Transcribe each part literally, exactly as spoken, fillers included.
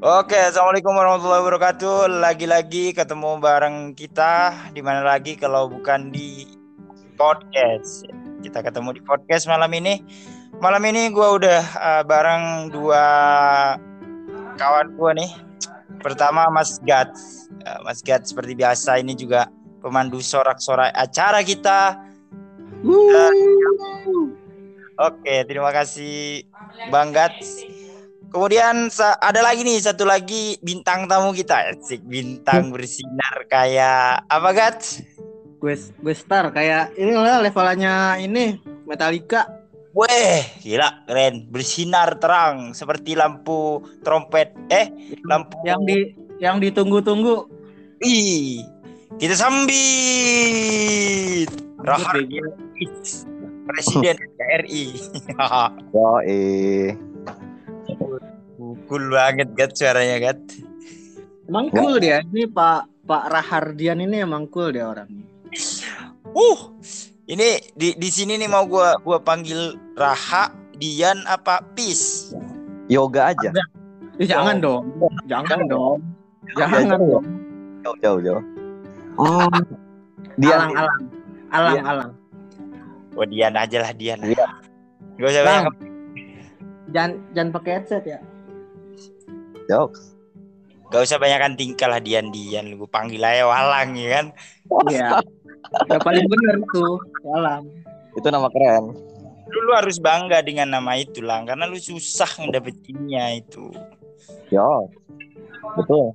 Oke, assalamualaikum warahmatullahi wabarakatuh. Lagi-lagi ketemu bareng kita di mana lagi kalau bukan di podcast. Kita ketemu di podcast malam ini. Malam ini gue udah uh, bareng dua kawan gue nih. Pertama Mas Gats. Uh, Mas Gats seperti biasa ini juga pemandu sorak-sorai acara kita. Uh, Oke, terima kasih Bang Gats. Kemudian ada lagi nih satu lagi bintang tamu kita, Asik, bintang bersinar kayak apa Gats? Gue gue star kayak ini lah levelannya ini Metallica. Weh, gila keren, bersinar terang seperti lampu trompet. Eh, lampu yang di yang ditunggu-tunggu. Ih, kita sambit. Rahardian Presiden N K R I. Yo, eh. Cool banget Gat suaranya Gat. Emang cool dia. Ini Pak Pak Rahardian ini emang cool dia orangnya. Uh, ini di di sini nih mau gua gua panggil Raha, Dian apa Pis? Yoga aja. Eh, jangan dong. Jangan dong. Jangan dong. Jauh jauh jauh. Oh, Dian. alang alang. Alang Dian. alang. Oh Dian aja lah Dian. Dian. Gak usah Bang, banyak. Jangan jangan pakai headset ya. Jokes. Gak usah banyakan tingkah lah Dian Dian. Lu panggil aja Walang ya kan? Iya. Udah paling bener tuh, Walang. Itu nama keren. Lu, lu harus bangga dengan nama itu lah, karena lu susah ngedapetinnya itu. Yo. Betul.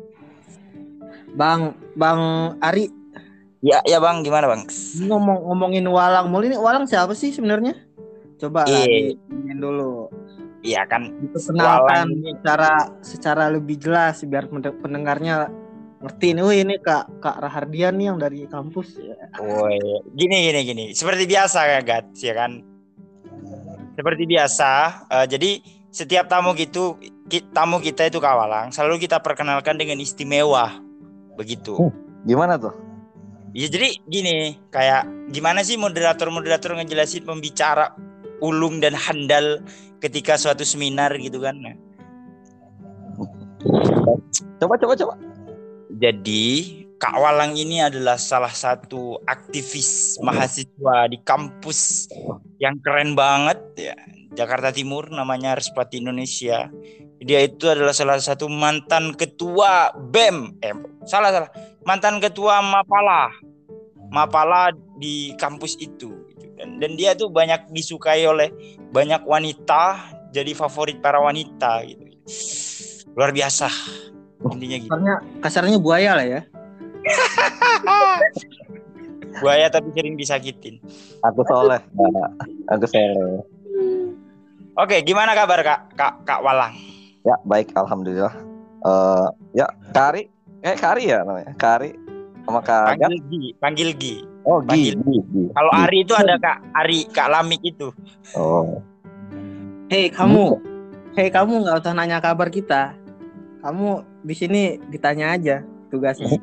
Bang Bang Ari, Ya ya Bang, gimana Bang? ngomong ngomongin Walang mulu ini, Walang siapa sih sebenarnya? Coba lah Iya. diinin dulu. Iya kan. Diperkenalkan Walang ini secara secara lebih jelas biar pendengarnya ngerti nih. Wih, ini Kak Kak Rahardian nih yang dari kampus. Woi, gini gini gini. Seperti biasa kan, Gat, ya kan? Seperti biasa. Uh, jadi setiap tamu gitu, ki- tamu kita itu Kawalang, selalu kita perkenalkan dengan istimewa, begitu. Hmm. Gimana tuh? Ya jadi gini, kayak gimana sih moderator-moderator ngejelasin pembicara ulung dan handal ketika suatu seminar gitu kan? Nah, Coba coba coba. jadi Kak Walang ini adalah salah satu aktivis mahasiswa di kampus yang keren banget ya, Jakarta Timur, namanya Respati Indonesia. Dia itu adalah salah satu mantan ketua B E M, eh, salah salah, mantan ketua Mapala, Mapala di kampus itu. Dan, dan dia tuh banyak disukai oleh banyak wanita, jadi favorit para wanita gitu. Luar biasa. Intinya gitu. Kasarnya, kasarnya buaya lah ya. Buaya tapi sering disakitin. Aku soleh. Nah, aku soleh. Oke, gimana kabar Kak Kak Kak Walang? Ya baik, alhamdulillah. Uh, ya Kari, eh Kari ya namanya. Kari sama Kak. Panggil Gi, panggil Gi. Oh Gi. Panggil. Gi, Gi. Kalau Gi. Ari itu ada Kak Ari, Kak Lamik itu. Oh. Hei kamu, hei kamu nggak usah nanya kabar kita. Kamu di sini ditanya aja tugasnya.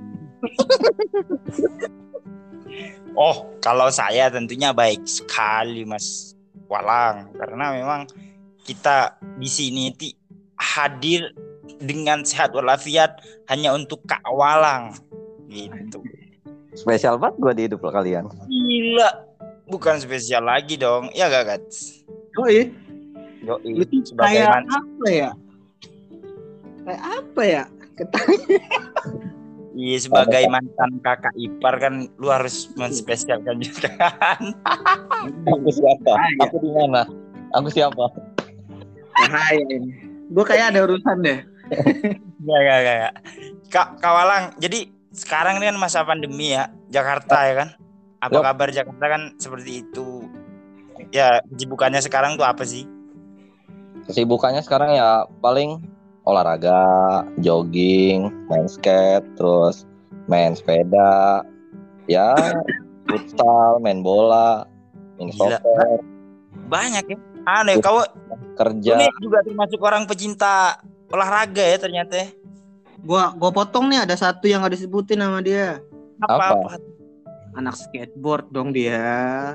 Oh, kalau saya tentunya baik sekali Mas Walang, karena memang kita di sini ti hadir dengan sehat walafiat hanya untuk Kak Walang gitu. Spesial banget gue di hidup kalian. Gila, bukan spesial lagi dong, ya gak Gats? Oh iya. Yo, Lu tuh sebagai kayak man- apa ya? Kayak apa ya? Ketanya. Iya, sebagai mantan kakak ipar kan lu harus menspesialkan juga kan. Aku siapa? Aku di mana? Aku siapa? Bahaya ini. Gue kayak ada urusan deh. Gak, gak, gak, gak. Kak Kawalang, jadi sekarang ini kan masa pandemi ya, Jakarta ya kan. Apa Yap. kabar Jakarta kan seperti itu. Ya, kesibukannya sekarang tuh apa sih? Kesibukannya sekarang ya paling olahraga, jogging, main skate, terus main sepeda, ya futsal, main bola, main Gila. soccer, Banyak ya. Aneh, kau kerja. ini juga termasuk orang pecinta olahraga ya ternyata. Gua gua potong nih, ada satu yang gak disebutin sama dia. Apa? Apa? Apa? anak skateboard dong dia.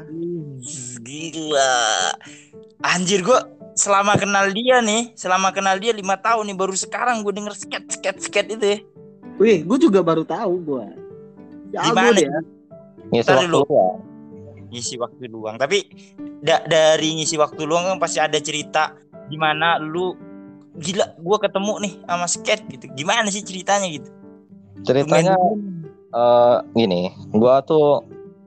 Gila. Anjir, gue selama kenal dia nih, selama kenal dia lima tahun nih, baru sekarang gue denger skate skate skate itu ya. Wih, gue juga baru tahu gue. Gimana dia? Ngisi Ntar waktu dulu. luang. Ngisi waktu luang. Tapi da- dari ngisi waktu luang kan pasti ada cerita gimana lu gila gue ketemu nih sama skate gitu. Gimana sih ceritanya gitu? Ceritanya uh, gini, gue tuh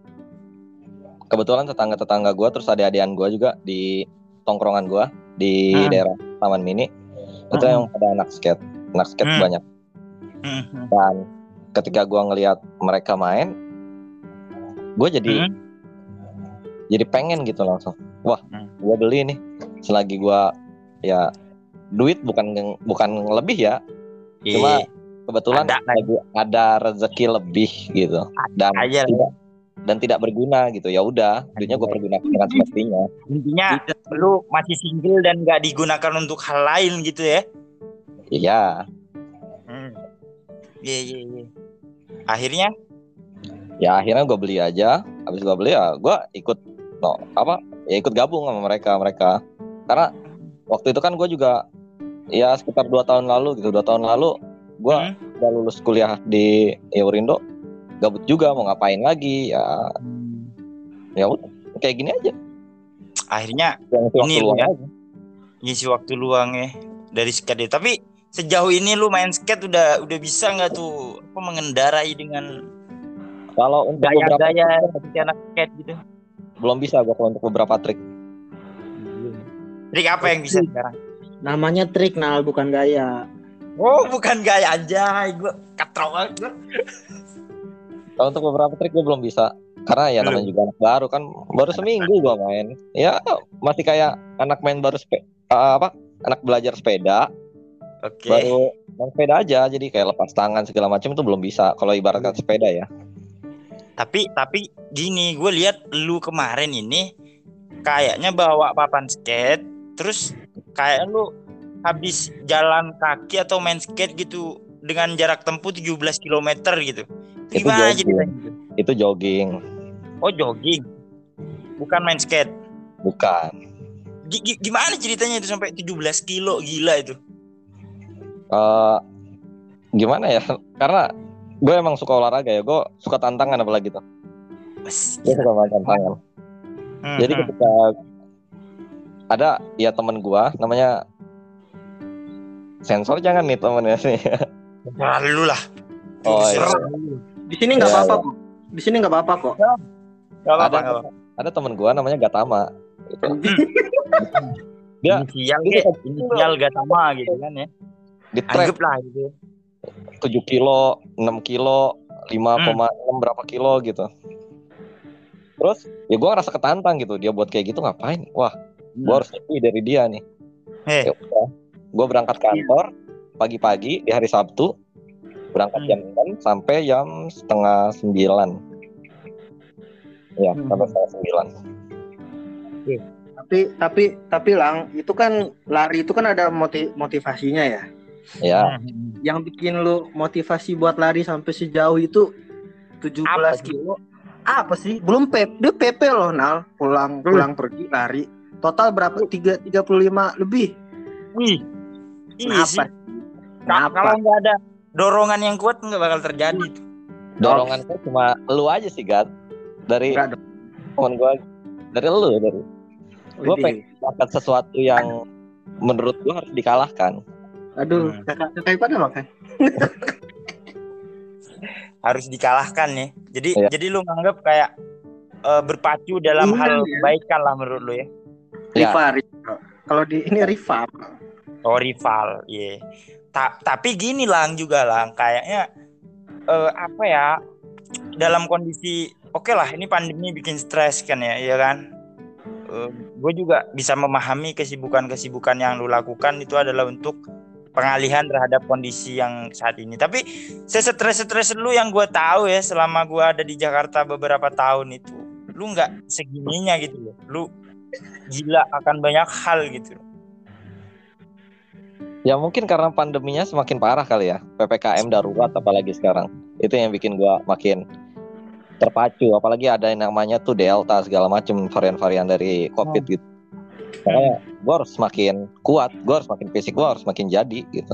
kebetulan tetangga-tetangga gue terus ada adian gue juga di tongkrongan gue di hmm. daerah Taman Mini itu hmm. yang ada anak skate, anak skate hmm. banyak. Hmm. Dan ketika gue ngelihat mereka main, gue jadi hmm. jadi pengen gitu langsung. Wah, hmm. gue beli nih. Selagi gue ya duit bukan bukan lebih ya, Iyi. Cuma kebetulan ada, ada, ada rezeki lebih gitu dan aja tidak dan tidak berguna gitu. Ya udah, duitnya gue pergunakan dengan semestinya. Intinya lu masih single dan nggak digunakan untuk hal lain gitu ya? Iya. Hmm. Iya iya iya. Akhirnya? Ya akhirnya gue beli aja. Habis gue beli ya gue ikut no apa? Ya ikut gabung sama mereka mereka. Karena waktu itu kan gue juga ya sekitar dua tahun lalu gitu. Dua tahun lalu gue hmm? udah lulus kuliah di Eurindo. Gabut juga mau ngapain lagi ya ya udah kayak gini aja akhirnya ini lu ya ngisi waktu luang ya dari skate. Tapi sejauh ini lu main skate udah udah bisa nggak tuh apa mengendarai dengan kalau untuk gaya-gaya seperti anak skate gitu? Belum bisa gua kalau untuk beberapa trik. Trik apa yang bisa sekarang? Namanya trik, Nal, bukan gaya. Oh bukan gaya aja, gue katrok banget. Kalau untuk beberapa trik gue belum bisa karena ya namanya juga anak baru kan baru seminggu gue main ya masih kayak anak main baru spe- uh, apa anak belajar sepeda. Oke. Baru main sepeda aja jadi kayak lepas tangan segala macam itu belum bisa kalau ibaratkan sepeda ya. Tapi tapi gini gue lihat lu kemarin ini kayaknya bawa papan skate terus kayak lu habis jalan kaki atau main skate gitu dengan jarak tempuh tujuh belas kilometer gitu. Gimana itu jogging. Itu jogging. Oh jogging, bukan main skate. Bukan. G- gimana ceritanya itu sampai tujuh belas kilo, gila itu? Uh, gimana ya? Karena gue emang suka olahraga ya, gue suka tantangan apalagi tuh. Gue suka banget tantangan. Hmm, Jadi hmm. ketika ada ya teman gue, namanya sensor jangan nih temennya sih. Lalu lah. Oh iya. Di sini nggak ya, apa-apa ya. kok. Di sini nggak apa-apa kok. Gak apa-apa. Ada, ada teman gue namanya Gatama. Gitu. Dia inisial, dia inisial Gatama gitu kan ya. Di track lah gitu. tujuh kilo, enam kilo, lima koma enam hmm. berapa kilo gitu. Terus ya gue ngerasa ketantang gitu. Dia buat kayak gitu ngapain? Wah, hmm. gue harus lebih dari dia nih. Hey. Ya udah, gue berangkat kantor pagi-pagi di hari Sabtu. Berangkat hmm. jam enam sampai jam setengah sembilan. Ya, hmm. sampai setengah sembilan. Oke. Tapi tapi tapi Lang, itu kan lari itu kan ada motiv- motivasinya ya. Ya. Yang bikin lu motivasi buat lari sampai sejauh itu tujuh belas kilo. Apa sih? Belum P P, dia P P loh, Nal. Pulang pulang hmm. pergi lari. Total berapa? tiga puluh lima lebih. Wih. Kenapa? Kenapa? Kalau nggak ada dorongan yang kuat nggak bakal terjadi tuh. Dorongan itu cuma lu aja sih, Gat. Dari teman gue, dari lu, dari gue pengen dapat sesuatu yang menurut gue harus dikalahkan. Aduh, hmm. kakak kakak pada makan. Harus dikalahkan ya. Jadi ya. jadi lu nganggap kayak uh, berpacu dalam Bukan, hal ya. kebaikan lah menurut lu ya. Rival. Ya. Kalau di ini rival. Oh rival, iya. Yeah. Ta- tapi gini Lang juga Lang, kayaknya uh, apa ya dalam kondisi oke okay lah ini pandemi bikin stres kan ya, iya kan. Uh, gue juga bisa memahami kesibukan-kesibukan yang lu lakukan itu adalah untuk pengalihan terhadap kondisi yang saat ini. Tapi sesetres-stres lu yang gue tahu ya selama gue ada di Jakarta beberapa tahun itu, lu nggak segininya gitu loh. Lu gila akan banyak hal gitu. Ya mungkin karena pandeminya semakin parah kali ya, P P K M darurat apalagi sekarang. Itu yang bikin gue makin terpacu, apalagi ada yang namanya tuh Delta segala macam varian-varian dari COVID gitu. Makanya gue harus semakin kuat, gue harus semakin fisik, gue harus semakin jadi gitu.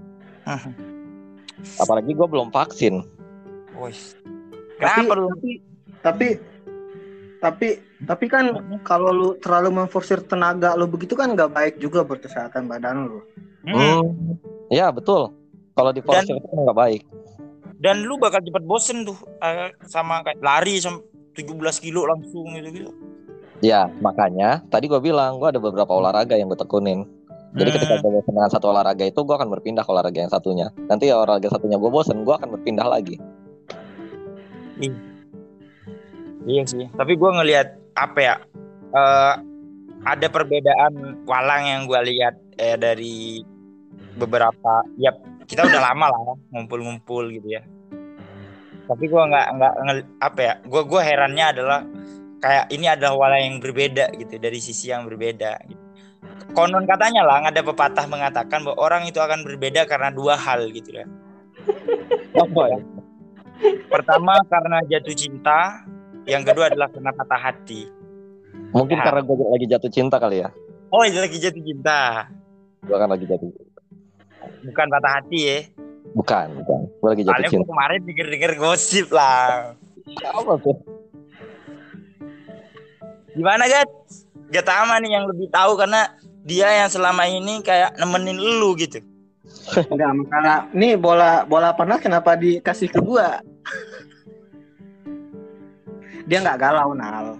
Apalagi gue belum vaksin. Wih. Tapi, Kenapa lu? tapi tapi tapi tapi kan kalau lu terlalu memforsir tenaga lu begitu kan nggak baik juga buat kesehatan badan lu. Hmm. Hmm. Ya betul. Kalau di forsir itu nggak baik. Dan lu bakal cepat bosen tuh uh, sama kayak lari sampai tujuh belas kilo langsung gitu-gitu. Ya makanya tadi gue bilang gue ada beberapa olahraga yang gue tekunin. Jadi Hmm. ketika gue bosen dengan satu olahraga itu gue akan berpindah ke olahraga yang satunya. Nanti ya olahraga satunya gue bosen, gue akan berpindah lagi. Iya, iya sih. Tapi gue ngelihat apa ya? Uh, ada perbedaan Walang yang gue lihat eh, dari beberapa. Ya kita udah lama lah ngumpul-ngumpul gitu ya. Tapi gue nggak nggak apa ya? Gue gue herannya adalah kayak ini adalah Walang yang berbeda gitu dari sisi yang berbeda. Gitu. Konon katanya lah ada pepatah mengatakan bahwa orang itu akan berbeda karena dua hal gitu ya. Apa ya? Pertama karena jatuh cinta, yang kedua adalah karena patah hati. Mungkin Ya. karena gue lagi jatuh cinta kali ya. Oh, itu lagi jatuh cinta. Gue kan lagi jatuh. Bukan patah hati ya. Bukan, bukan. Gue lagi jatuh Soalnya cinta. gue kemarin denger-denger gosip lah. Apa tuh? Gimana Gat? Gat Tama nih yang lebih tahu karena dia yang selama ini kayak nemenin lu gitu. Enggak, makanya nih bola bola panas kenapa dikasih ke gua? Dia nggak galau, Nal.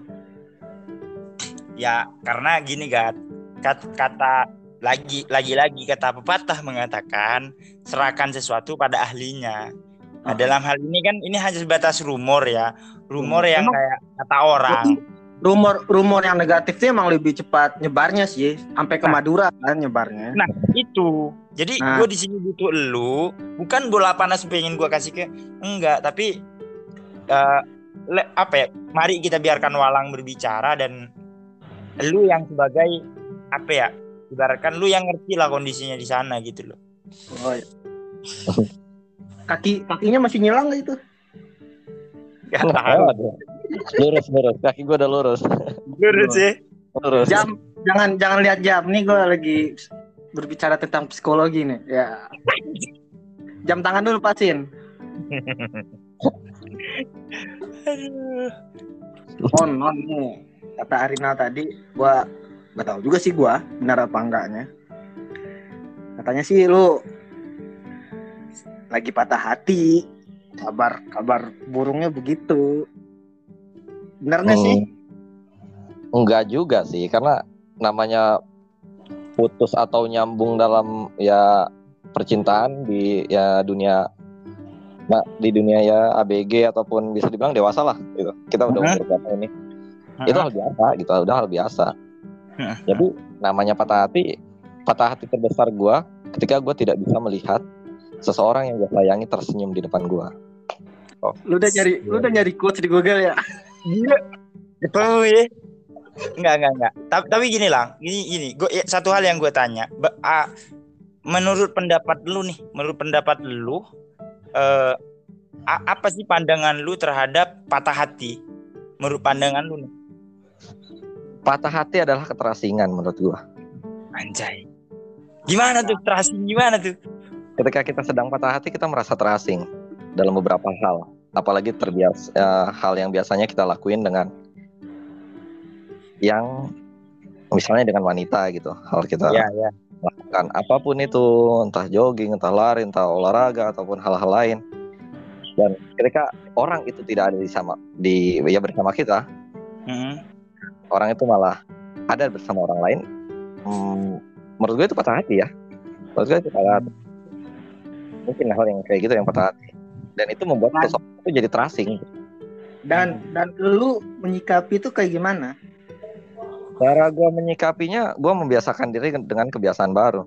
Ya karena gini Gat, kata, kata lagi lagi-lagi kata pepatah mengatakan serahkan sesuatu pada ahlinya. Nah, Oh. dalam hal ini kan ini hanya sebatas rumor ya, rumor Hmm. yang Emang- kayak kata orang. Rumor rumor yang negatif tuh emang lebih cepat nyebarnya sih, sampai ke Nah. Madura kan nyebarnya. Nah itu, jadi Nah. gue di sini butuh lu, bukan bola panas pengen gue kasih ke, enggak, tapi uh, le, apa ya? Mari kita biarkan Walang berbicara dan lu yang sebagai apa ya? Ibaratkan lu yang ngerti lah kondisinya di sana gitu loh. Oh, iya. Kaki kakinya masih nyilang nggak itu? Gak Oh, tahu. ada. Lurus, lurus. Kaki gue udah lurus. Lurus sih. Lurus. Jam jangan jangan lihat jam nih, gue lagi berbicara tentang psikologi nih. Ya. Jam tangan dulu pasin. Aduh. On on nih. Kata Arina tadi, gua nggak tahu juga sih gua benar apa enggaknya. Katanya sih lu lagi patah hati. Kabar kabar burungnya begitu. Bener nggak Hmm. sih? Enggak juga sih, karena namanya putus atau nyambung dalam ya percintaan di ya dunia nah, di dunia ya A B G ataupun bisa dibilang dewasa lah gitu. Kita udah Uh-huh. umur berapa ini? Itu hal biasa gitu, udah hal biasa. Uh-huh. Jadi namanya patah hati, patah hati terbesar gua ketika gua tidak bisa melihat seseorang yang gue sayangi tersenyum di depan gua. Oh. Lu udah nyari lu udah nyari quotes di Google ya? Gila. Betul ya. Enggak, enggak, enggak. Tapi, tapi gini lah, gini gini. Gue ya, satu hal yang gue tanya, Ba- ah, menurut pendapat lu nih, menurut pendapat lu, eh, a- apa sih pandangan lu terhadap patah hati? Menurut pandangan lu nih, Patah hati adalah keterasingan menurut gua. anjay. Gimana tuh terasing? Gimana tuh? Ketika kita sedang patah hati, kita merasa terasing dalam beberapa hal, apalagi terbiasa eh, hal yang biasanya kita lakuin dengan yang misalnya dengan wanita gitu. Hal kita Ya, ya. lakukan apapun itu, entah jogging, entah lari, entah olahraga ataupun hal-hal lain. Dan ketika orang itu tidak ada di sama di ya bersama kita, Mm-hmm. orang itu malah ada bersama orang lain. Hmm, menurut gue itu patah hati ya. Menurut gue itu patah hati. Mungkin hal yang kayak gitu yang patah hati. Dan itu membuat Nah. seseorang itu jadi terasing. Dan dan lu menyikapi itu kayak gimana? Cara gue menyikapinya, gue membiasakan diri dengan kebiasaan baru.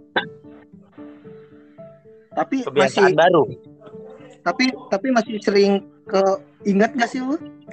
Tapi Kebiasaan masih baru. tapi tapi masih sering ke ingat gak sih lu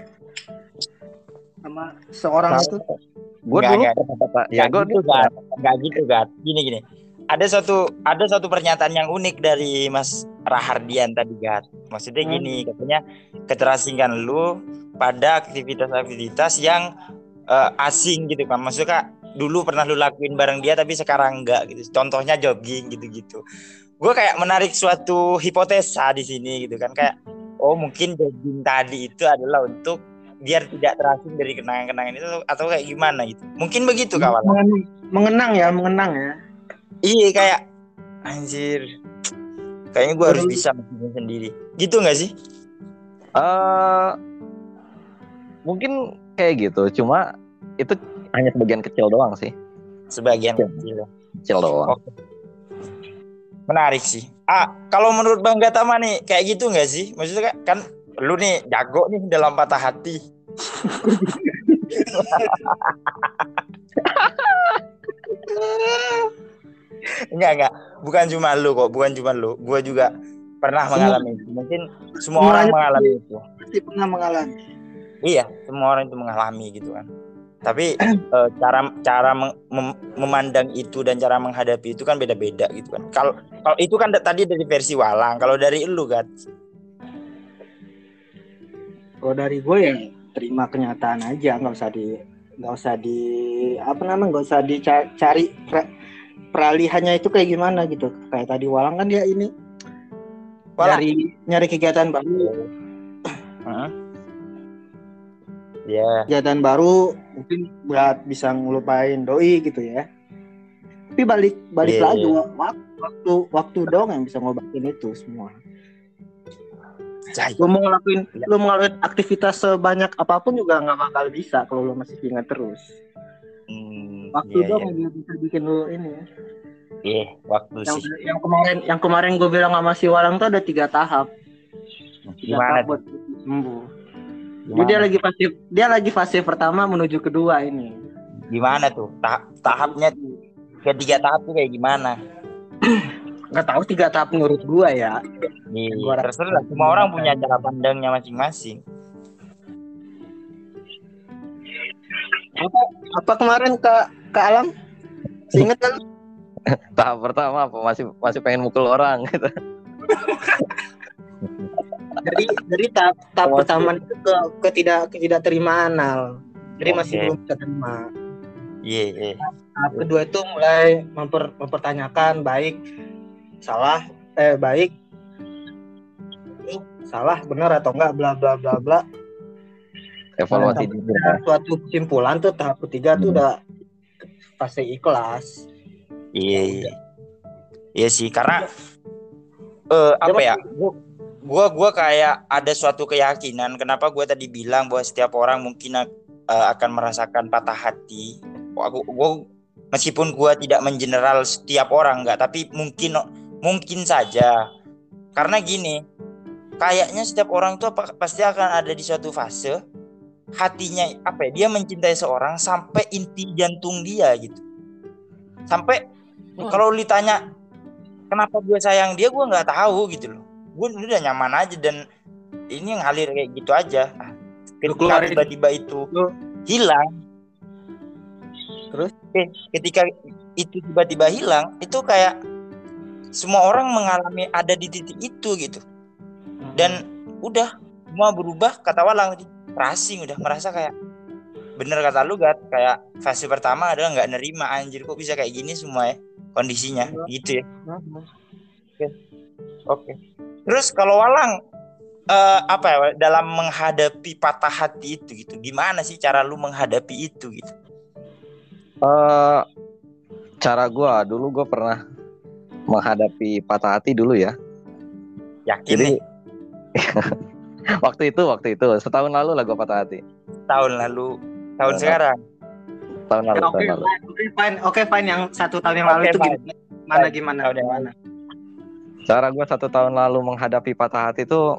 sama seorang itu? Gue Nggak, dulu nggak. pernah patah. Ya Ya gue gitu kan, nggak gitu kan. Gini gini. Ada satu ada satu pernyataan yang unik dari Mas Rahardian tadi Gat. Maksudnya Hmm. gini, katanya keterasingan lu pada aktivitas-aktivitas yang uh, asing gitu kan. Maksudnya dulu pernah lu lakuin bareng dia tapi sekarang enggak gitu. Contohnya jogging gitu-gitu. Gue kayak menarik suatu hipotesa di sini gitu kan, kayak oh mungkin jogging tadi itu adalah untuk biar tidak terasing dari kenangan-kenangan itu atau kayak gimana gitu. Mungkin begitu kawan. Mengenang ya, mengenang ya. Iya kayak anjir. Kayaknya gue harus bisa bikin sendiri. Gitu nggak sih? Uh, mungkin kayak gitu, cuma itu hanya sebagian kecil doang sih. Sebagian kecil. Kecil doang. Oke. Menarik sih. Ah, kalau menurut Bang Gatama nih kayak gitu nggak sih? Maksudnya kan lu nih jago nih dalam patah hati. Enggak enggak, bukan cuma lu kok, bukan cuma lu. Gua juga pernah semua, mengalami itu. Mungkin semua orang mengalami itu. Pasti pernah mengalami. Iya, semua orang itu mengalami gitu kan. Tapi uh, cara cara mem- mem- memandang itu dan cara menghadapi itu kan beda-beda gitu kan. Kalau kalau itu kan tadi dari versi Walang, kalau dari lu kan? Kalau dari gue ya terima kenyataan aja, nggak usah di nggak usah di apa namanya nggak usah dicari per, peralihannya itu kayak gimana gitu. Kayak tadi Walang kan dia ini Walang. nyari nyari kegiatan baru. Huh? Yeah. Kegiatan baru mungkin buat bisa ngelupain doi gitu ya. Tapi balik balik yeah. lagi waktu waktu dong yang bisa ngobatin itu semua. Lu mau ngelakuin yeah. lu mau ngelakuin aktivitas sebanyak apapun juga nggak bakal bisa kalau lu masih ingat terus. Hmm, waktu yeah, dong yeah. yang bisa bikin lu ini ya. Iya, yeah, waktu yang, sih. Yang kemarin yang kemarin gue bilang sama si Walang tuh ada tiga tahap. Tiga Gimana tahap buat sembuh. Gimana? Jadi dia lagi fase dia lagi fase pertama menuju kedua ini. Gimana tuh? Tahap tahapnya ketiga tahap tuh kayak gimana? Nggak tahu tiga tahap menurut gua ya. Iya, terserah. Semua orang punya cara pandangnya masing-masing. Apa apa kemarin Kak Kak Alam? Ingat kan? Tahap pertama apa masih masih pengen mukul orang gitu. Dari dari tahap tahap oh, pertama itu ke ketidak ketidakterimaan anal. Jadi okay. masih belum bisa terima. Iya, yeah, yeah. Tahap kedua itu mulai memper, mempertanyakan baik salah eh baik salah benar atau enggak bla bla bla bla. Evaluasi diri. Nah, suatu kesimpulan tuh tahap ketiga hmm. tuh udah fase ikhlas. Iya. Yeah. Iya sih karena uh, apa ya? Gua gua kayak ada suatu keyakinan kenapa gue tadi bilang bahwa setiap orang mungkin uh, akan merasakan patah hati. Aku gua meskipun gua tidak mengeneral setiap orang enggak, tapi mungkin mungkin saja. Karena gini, kayaknya setiap orang itu apa, pasti akan ada di suatu fase hatinya apa ya? Dia mencintai seorang sampai inti jantung dia gitu. Sampai oh. kalau ditanya kenapa gue sayang dia, gue nggak tahu gitu loh. Gue udah nyaman aja dan ini ngalir kayak gitu aja. Ketika tiba-tiba itu hilang, terus eh, ketika itu tiba-tiba hilang, itu kayak semua orang mengalami ada di titik itu gitu. Dan udah semua berubah, kata Walang tadi, prasing udah merasa kayak bener kata lu Gat, kayak fase pertama adalah nggak nerima, anjir kok bisa kayak gini semua ya kondisinya gitu ya. Oke. Oke. Terus kalau Walang uh, apa ya dalam menghadapi patah hati itu gitu, gimana sih cara lu menghadapi itu gitu? Uh, cara gue dulu gue pernah menghadapi patah hati dulu ya. Yakin Jadi, nih? waktu itu waktu itu setahun lalu lah gue patah hati. Tahun lalu, tahun nah, sekarang. Tahun lalu. Ya, oke, okay, oke okay, fine, oke okay, fine yang satu tahun yang okay, lalu itu gimana gimana gimana? gimana? Cara gue satu tahun lalu menghadapi patah hati itu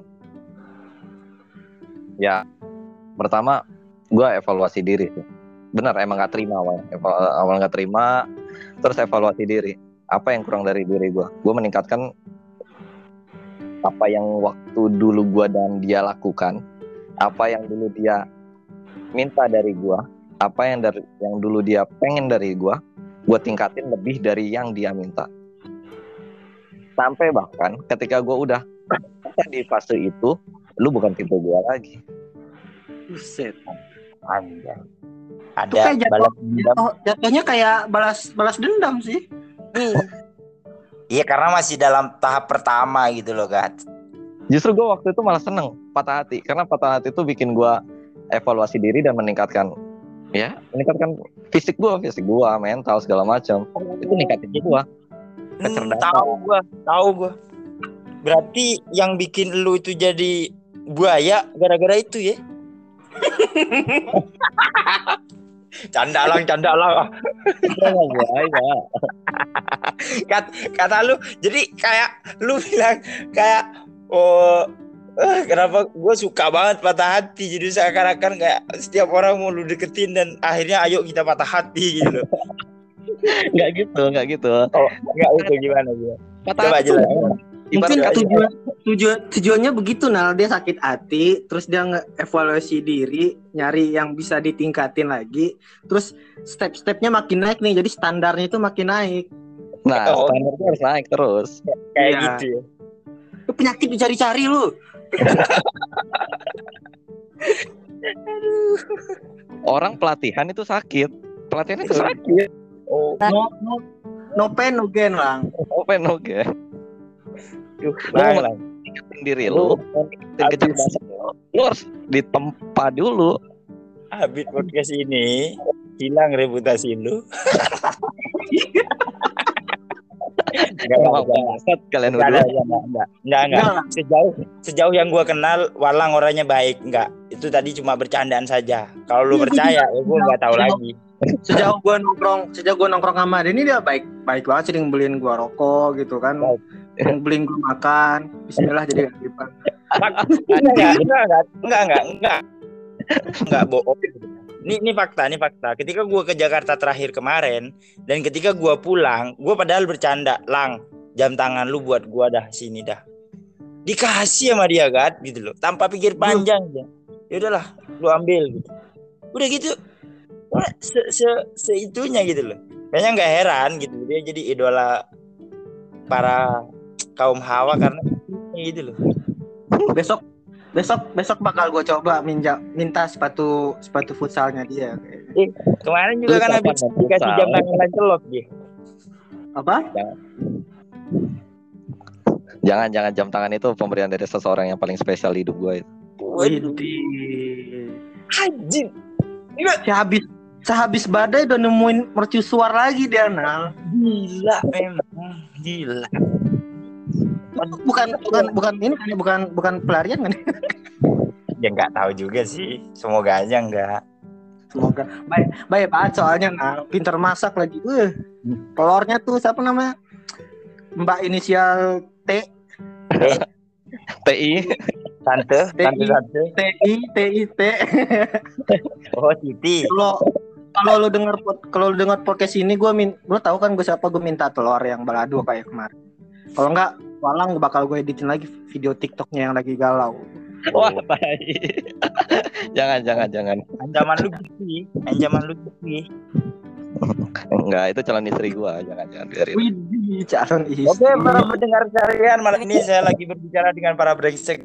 ya pertama gue evaluasi diri sih. Benar emang gak terima awal awal gak terima, terus evaluasi diri apa yang kurang dari diri gue. Gue meningkatkan apa yang waktu dulu gue dan dia lakukan, apa yang dulu dia minta dari gue, apa yang dari yang dulu dia pengen dari gue, gue tingkatin lebih dari yang dia minta. Sampai bahkan ketika gue udah di fase itu, lu bukan tipe gue lagi. Buset. Anjay. Itu kayak Ada jatuh, balas dendam. jatuh, jatuhnya kayak balas balas dendam sih. Iya karena masih dalam tahap pertama gitu loh kan. Justru gue waktu itu malah seneng patah hati, karena patah hati itu bikin gue evaluasi diri dan meningkatkan, ya meningkatkan fisik gue, fisik gue, mental segala macam. Itu ningkatin gue. Hmm, Kecerdasan. tahu gua, tahu gua. Berarti yang bikin lu itu jadi buaya gara-gara itu ya? Canda lang, canda lang. Jangan buaya. Kat, kata lu, jadi kayak lu bilang kayak oh eh, kenapa gue suka banget patah hati, jadi seakan-akan kayak setiap orang mau lu deketin dan akhirnya ayo kita patah hati gitu loh. Nggak gitu, nggak gitu. Oh, enggak itu gimana gua? Patah Coba hati tuh jelas. Mungkin Ibarat- tujuan tujuan tujuannya begitu, Nal. Dia sakit hati, terus dia nge-evaluasi diri, nyari yang bisa ditingkatin lagi, terus step-stepnya makin naik nih, jadi standarnya itu makin naik. Nah, Oh. standarnya harus naik terus. kayak Iya. gitu ya. Lu penyakit dicari-cari lu. Orang pelatihan itu sakit. Pelatihan itu sakit. Oh, No, no, no pain no gain, Lang. Open oke. lang, lang. Ningkatin diri lu, ningkatin kecerdasan lu. Lu harus ditempa dulu. Habis podcast ini hilang reputasi lu. Enggak, Emang enggak, bangsat kalian enggak, berdua. enggak, enggak, enggak, enggak, enggak. Enggak. Sejauh sejauh yang gua kenal, Walang orangnya baik, enggak. Itu tadi cuma bercandaan saja. Kalau lu Iya, percaya, ya gua enggak tahu Sejauh- lagi. Sejauh gua nongkrong, sejauh gua nongkrong sama dia ini dia baik baik banget, sering beliin gua rokok gitu kan. Baik. Beliin gua makan. Bismillah jadi lipat. Enggak, enggak, enggak, enggak, enggak, enggak, enggak, enggak bohong. Ini, ini fakta, ini fakta. Ketika gua ke Jakarta terakhir kemarin dan ketika gua pulang, gua padahal bercanda, Lang, jam tangan lu buat gua dah, sini dah. Dikasih sama dia kan, gitu loh, tanpa pikir panjang aja. Ya udahlah, lu ambil gitu. Udah gitu, udah se, se, seitunya gitu loh. Kayaknya nggak heran gitu, dia jadi idola para kaum hawa karena gitu loh. Besok besok besok bakal gue coba minja minta sepatu sepatu futsalnya dia. Kemarin juga Lu kan kapan habis mau dikasih futsal? jam tangan lancelot dia. Apa? Jangan jangan jam tangan itu pemberian dari seseorang yang paling spesial di hidup gue itu. Widih. Anjing. Sehabis sehabis badai udah nemuin mercusuar lagi dia, Nal. Gila memang, gila. Bukan bukan bukan ini kan, bukan bukan pelarian kan? Ya nggak tahu juga sih, semoga aja nggak. Semoga baik baik banget soalnya, Nal. Pinter masak lagi. Uh, telurnya tuh siapa namanya? Mbak inisial T T I Tante, T I. tante, tante. T I T I T. Oh Titi. Kalau kalau lu denger pod- kalau lu denger podcast ini, gue min lu tahu kan gue siapa, gue minta telur yang balado kayak kemarin. Kalau enggak, Walang bakal gue editin lagi video TikToknya yang lagi galau. Wah, tai. Jangan jangan jangan. Ancaman lu gitu, ancaman lu gitu. Enggak, itu calon istri gue. Jangan jangan biarin. Widih, calon istri. Oke, para pendengar sekalian, malam ini saya lagi berbicara dengan para brengsek.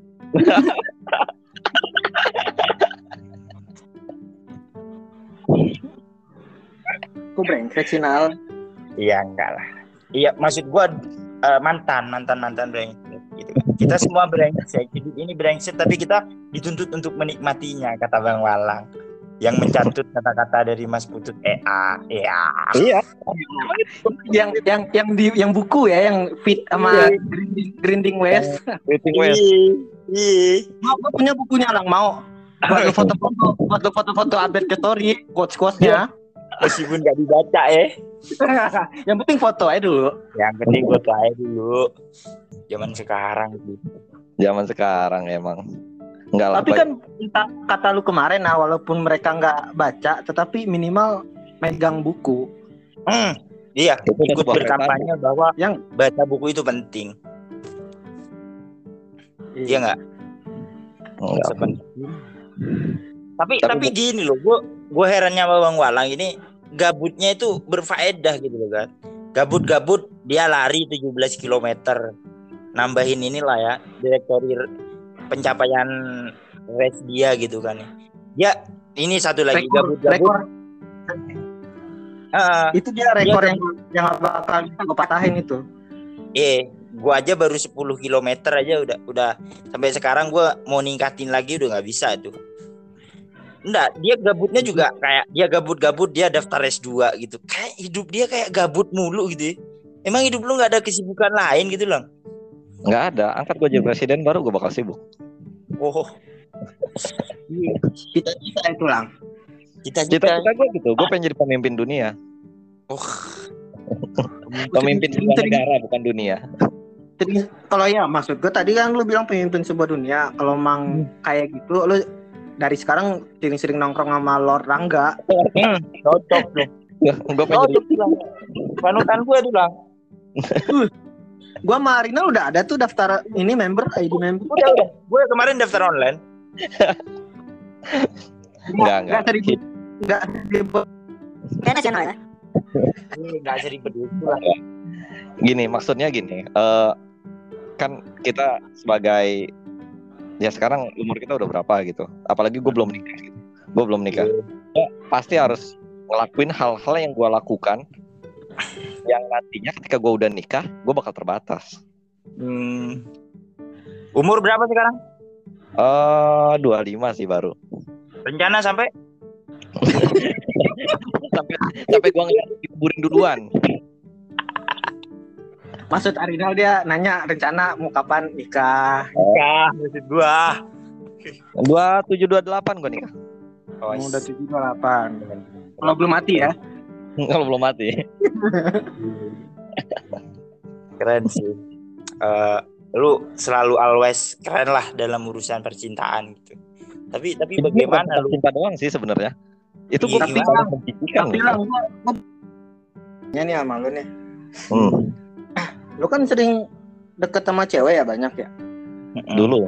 Kok brengsek sih, Nal? Iya enggak lah. Iya, maksud gua eh, mantan, mantan, mantan brengsek gitu kan. Kita semua brengsek. Hidup ini brengsek, tapi kita dituntut untuk menikmatinya, kata Bang Walang. Yang mencatut kata-kata dari Mas Putut E A, E A. Iya. Yang yang yang di yang buku ya, yang fit sama grinding, grinding West. Rating West. Ih, Mau gue punya bukunya, Lang, mau. Buat lu foto-foto, buat lu foto-foto update ke story, quotes-quotesnya. meskipun nggak dibaca eh. Yang penting foto aja dulu. Yang penting gua tuh aja dulu. Zaman sekarang gitu. Zaman sekarang emang. Enggak lah. Tapi kan kata, kata lu kemarin, nah walaupun mereka nggak baca, tetapi minimal megang buku. Hmm, iya, Itu kan ikut sebuah berkampanye bahwa Yang- baca buku itu penting. Iya nggak? Enggak. Sepenting. Tapi, Tapi- tapi gini loh, gua gua herannya sama Bang Walang ini, gabutnya itu berfaedah gitu loh kan. Gabut-gabut dia lari tujuh belas kilometer. Nambahin inilah ya, direktori pencapaian race dia gitu kan. Ya, ini satu lagi Rekor, gabut-gabut. rekor. Ah, Itu dia rekor dia- yang yang gak bakal bisa gue patahin itu. eh, gua aja baru sepuluh kilometer aja udah udah sampai sekarang gua mau ningkatin lagi udah nggak bisa tuh. Enggak, dia gabutnya juga kayak dia gabut-gabut dia daftar S dua gitu. Kayak hidup dia kayak gabut mulu gitu. Ya. Emang hidup lu nggak ada kesibukan lain gitu, Lang? Nggak ada. Angkat gue jadi presiden baru gue bakal sibuk. Oh. Cita-cita itu Lang. Cita-cita. Cita-cita gue gitu. Gue pengen jadi pemimpin dunia. Oh. Pemimpin sebuah negara bukan dunia. Jadi kalau ya maksud gue tadi kan lu bilang pemimpin sebuah dunia. Kalau mang kayak gitu lu dari sekarang sering-sering nongkrong sama Lord Rangga. Hmm, cocok tuh. Gue pengen jadi Cocok tuh, Lang. Panutan gue tuh, Lang. Gua sama Arina udah ada tuh daftar ini member I D member. Udah, udah. Gue kemarin daftar online. Enggak, enggak. Enggak seribet. Enggak seribet. Karena nasional ya. Ini nggak seribet itu lah. Gini, maksudnya gini. eh, kan kita sebagai ya sekarang umur kita udah berapa gitu. Apalagi gue belum nikah gitu. Gue belum nikah. Ya, pasti harus ngelakuin hal-hal yang gue lakukan yang nantinya ketika gue udah nikah gue bakal terbatas. Hmm. Umur berapa sekarang? Eh dua puluh lima sih baru. Rencana sampai? sampai sampai gue ngeliat dikuburin duluan. Maksud Arina dia nanya rencana mau kapan nikah. Ya, maksud gua. dua puluh tujuh dua puluh delapan gue nikah. Oh, Mau udah tujuh delapan. Kalau belum mati ya. Kalau belum mati. Keren sih. Eh, lu selalu always keren lah dalam urusan percintaan gitu. Tapi tapi bagaimana lu? Cinta doang sih sebenarnya. Itu gue Iya, tapi bisa Lang, membuktikan. tapi Lang gua, gua... nih sama lu nih. Hmm, Lu kan sering deket sama cewek ya banyak ya? dulu.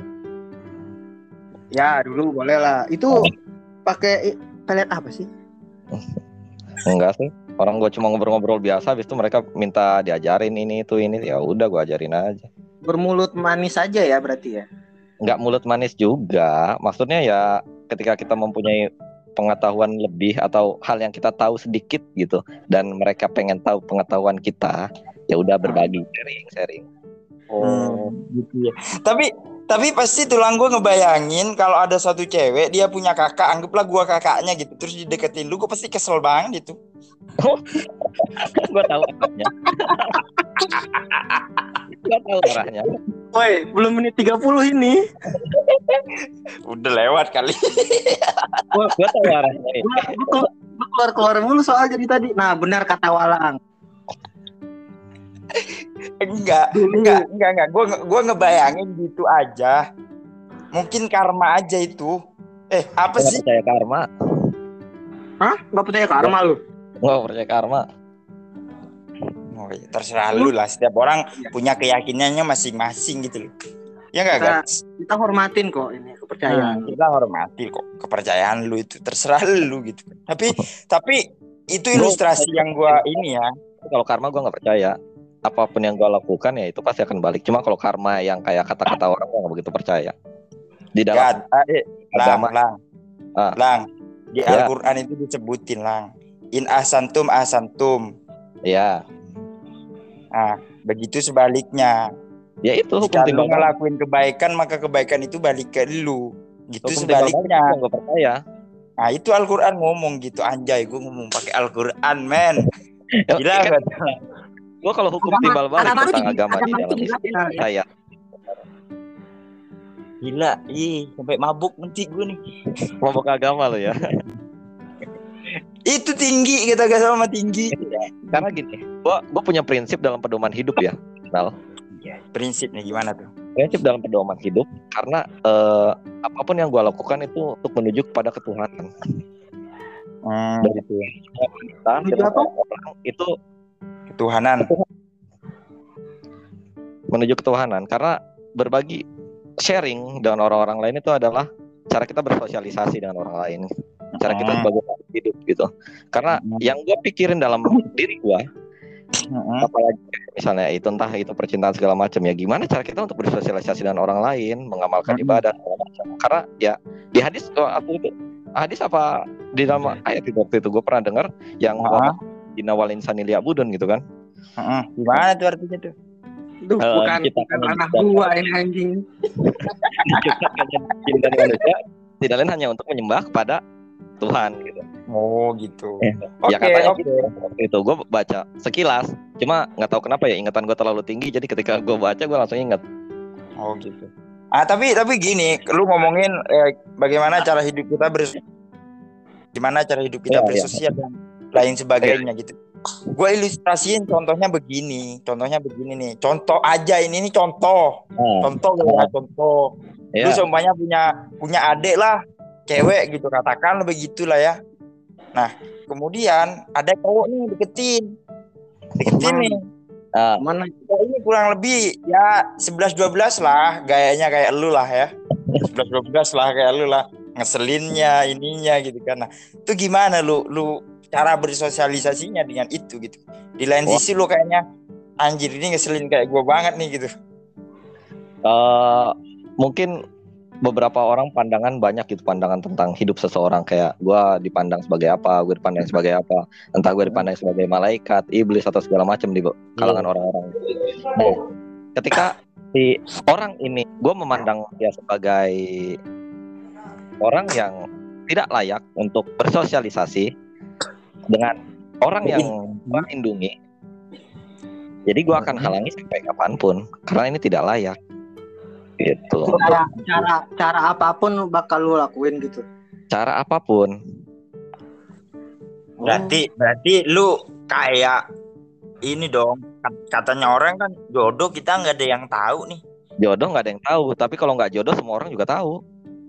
Ya dulu boleh lah. Itu pakai i- pelet apa sih? Enggak sih. Orang gue cuma ngobrol-ngobrol biasa, habis itu mereka minta diajarin ini itu ini, ya udah gue ajarin aja. Bermulut manis aja ya berarti ya? Nggak mulut manis juga, maksudnya ya ketika kita mempunyai pengetahuan lebih atau hal yang kita tahu sedikit gitu, dan mereka pengen tahu pengetahuan kita, ya udah berbagi, sharing, sharing. Oh, gitu ya. Tapi tapi pasti tulang gue ngebayangin kalau ada satu cewek dia punya kakak, anggaplah gua kakaknya gitu, terus dideketin lu, gue pasti kesel banget gitu. Gue tahu arahnya. Gue tahu arahnya. Woi, belum menit tiga puluh ini. Udah lewat kali. Gue tahu arahnya. Gue keluar-keluar mulu soal jadi tadi. Nah, benar kata Walang. Enggak, enggak, enggak, enggak. Gue gue ngebayangin gitu aja. Mungkin karma aja itu. Eh, apa Gak sih? percaya karma. Hah? Gak percaya karma lu? Gue percaya karma. Oh, ya, terserah lu lah. Setiap orang punya keyakinannya masing-masing gitu loh. Ya enggak, Kita- guys? Kita hormatin kok ini kepercayaan. Hmm, kita hormati kok kepercayaan lu itu, terserah lu gitu. Tapi tapi itu ilustrasi yang gua ini ya. Kalau karma gue nggak percaya. Apapun yang gue lakukan ya itu pasti akan balik. Cuma kalau karma yang kayak kata-kata orang gue nggak begitu percaya. Di dalam Gak, eh, lang, agama. lang, Ah. lang. Di Ya. Al-Quran itu disebutin lang. In ahsantum ahsantum. ya, Nah, begitu sebaliknya. ya itu hukum Jika lu timbal balik. ngelakuin kebaikan, maka kebaikan itu balik ke lu. Gitu Hukum timbal balik sebaliknya. gue nggak percaya. Nah, itu Al-Quran ngomong gitu. Anjay, gue ngomong pakai Al-Quran, men. Gila Kan, gak? gue kalau hukum Agama- timbal balik agama lu tentang di- agama di agama lu dalam di- Islam di- saya. Gila, ih, sampai mabuk nanti gue nih. Kelompok agama lo ya. Itu tinggi, kita gak sama tinggi. Karena gini, gue gue punya prinsip dalam pedoman hidup ya. Nal. Ya, prinsipnya gimana tuh? Prinsip dalam pedoman hidup karena eh, apapun yang gue lakukan itu untuk menuju kepada ketuhanan. Hmm, Dan itu kita, Menuju kita apa? orang itu ketuhanan. menuju ketuhanan karena berbagi sharing dengan orang-orang lain itu adalah cara kita bersosialisasi dengan orang lain, cara kita Hmm. sebagai makhluk hidup gitu. Karena Hmm. yang gue pikirin dalam diri gue, Hmm. apalagi misalnya itu entah itu percintaan segala macam ya, gimana cara kita untuk bersosialisasi dengan orang lain, mengamalkan Hmm. ibadah segala macam. Karena ya di hadis aku itu hadis apa di dalam ayat itu waktu itu gue pernah dengar yang Heeh. dinawal insani liya'budun gitu kan. Heeh. Gimana tuh artinya tuh? Duh, Eh, bukan kita bukan akan anak menciptakan- gua ini anjing. Diciptakan jin dan manusia tidak lain hanya untuk menyembah kepada Tuhan gitu. Oh gitu. Eh, Oke, ya katanya oke. gitu. Waktu itu gue baca sekilas, cuma nggak tahu kenapa ya ingatan gue terlalu tinggi, jadi ketika gue baca gue langsung ingat. Oh gitu. Ah tapi tapi gini, lu ngomongin eh, bagaimana cara hidup kita ber gimana cara hidup kita Iya, iya. bersosial dan lain sebagainya gitu. Gue ilustrasiin contohnya begini, contohnya begini nih. Contoh aja ini nih contoh, Nah, contoh ya contoh. Lu ya. seumpamanya punya punya adik lah, cewek gitu katakan begitulah ya. Nah kemudian ada cowok nih deketin, deketin Mana? nih. Ah, Mana? Ya, ini kurang lebih ya sebelas dua belas lah gayanya kayak lu lah ya. sebelas dua belas lah kayak lu lah. Ngeselinnya ininya gitu kan. Nah, itu gimana lu lu cara bersosialisasinya dengan itu gitu. Di lain Wah. sisi lu kayaknya anjir ini ngeselin kayak gua banget nih gitu. eh, mungkin beberapa orang pandangan banyak gitu, pandangan tentang hidup seseorang, kayak gue dipandang sebagai apa, gue dipandang sebagai apa, entah gue dipandang sebagai malaikat, iblis atau segala macam di kalangan orang-orang. Nah, ketika si orang ini gue memandang dia sebagai orang yang tidak layak untuk bersosialisasi dengan orang yang melindungi, jadi gue akan halangi sampai kapanpun karena ini tidak layak gitu. Cara cara cara apapun bakal lu lakuin gitu. Cara apapun. Berarti berarti lu kayak ini dong. Katanya orang kan jodoh kita nggak ada yang tahu nih. Jodoh nggak ada yang tahu, tapi kalau nggak jodoh semua orang juga tahu.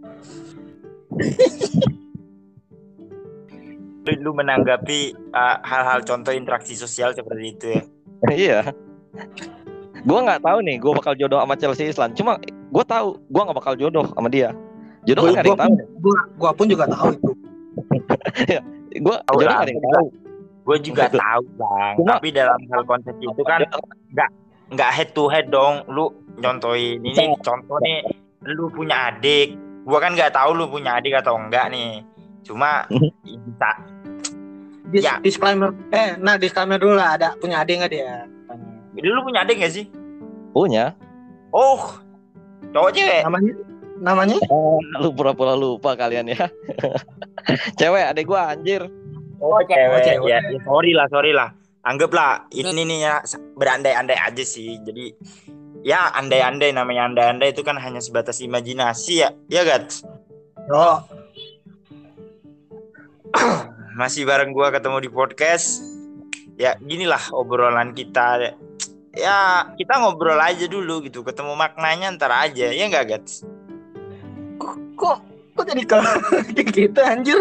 Lu, lu menanggapi uh, hal-hal contoh interaksi sosial seperti itu ya. Iya. Gue nggak tahu nih, gue bakal jodoh sama Chelsea Islan. Cuma gue tahu, gue nggak bakal jodoh sama dia. Jodoh kan nggak ada yang tahu. Gua, gua pun juga tahu itu. Gue Tahu jodoh lah, nggak ada yang tahu. Gue juga Betul. tahu bang. Cuma- Tapi dalam hal konteks itu kan nggak nggak head to head dong. Lu nyontoin ini contoh nih. Lu punya adik. Gua kan nggak tahu lu punya adik atau enggak nih. Cuma bisa. Dis- Ya. Disclaimer. Eh, nah disclaimer dulu lah, ada punya adik nggak dia? Jadi lu punya adik nggak sih? Punya. Oh, cowok cewek. Namanya? Namanya? Oh, lu pura-pura lupa kalian ya. Cewek, adek gue anjir. Oh cewek. cewek. Ya, ya, sorry lah, sorry lah. Anggaplah ini nih ya berandai-andai aja sih. Jadi ya andai-andai, namanya andai-andai itu kan hanya sebatas imajinasi ya, ya Gats? Oh, Masih bareng gua ketemu di podcast. Ya ginilah obrolan kita. Ya kita ngobrol aja dulu gitu, ketemu maknanya ntar aja, ya nggak Gats? kok kok, kok jadi kalau kayak gitu anjir?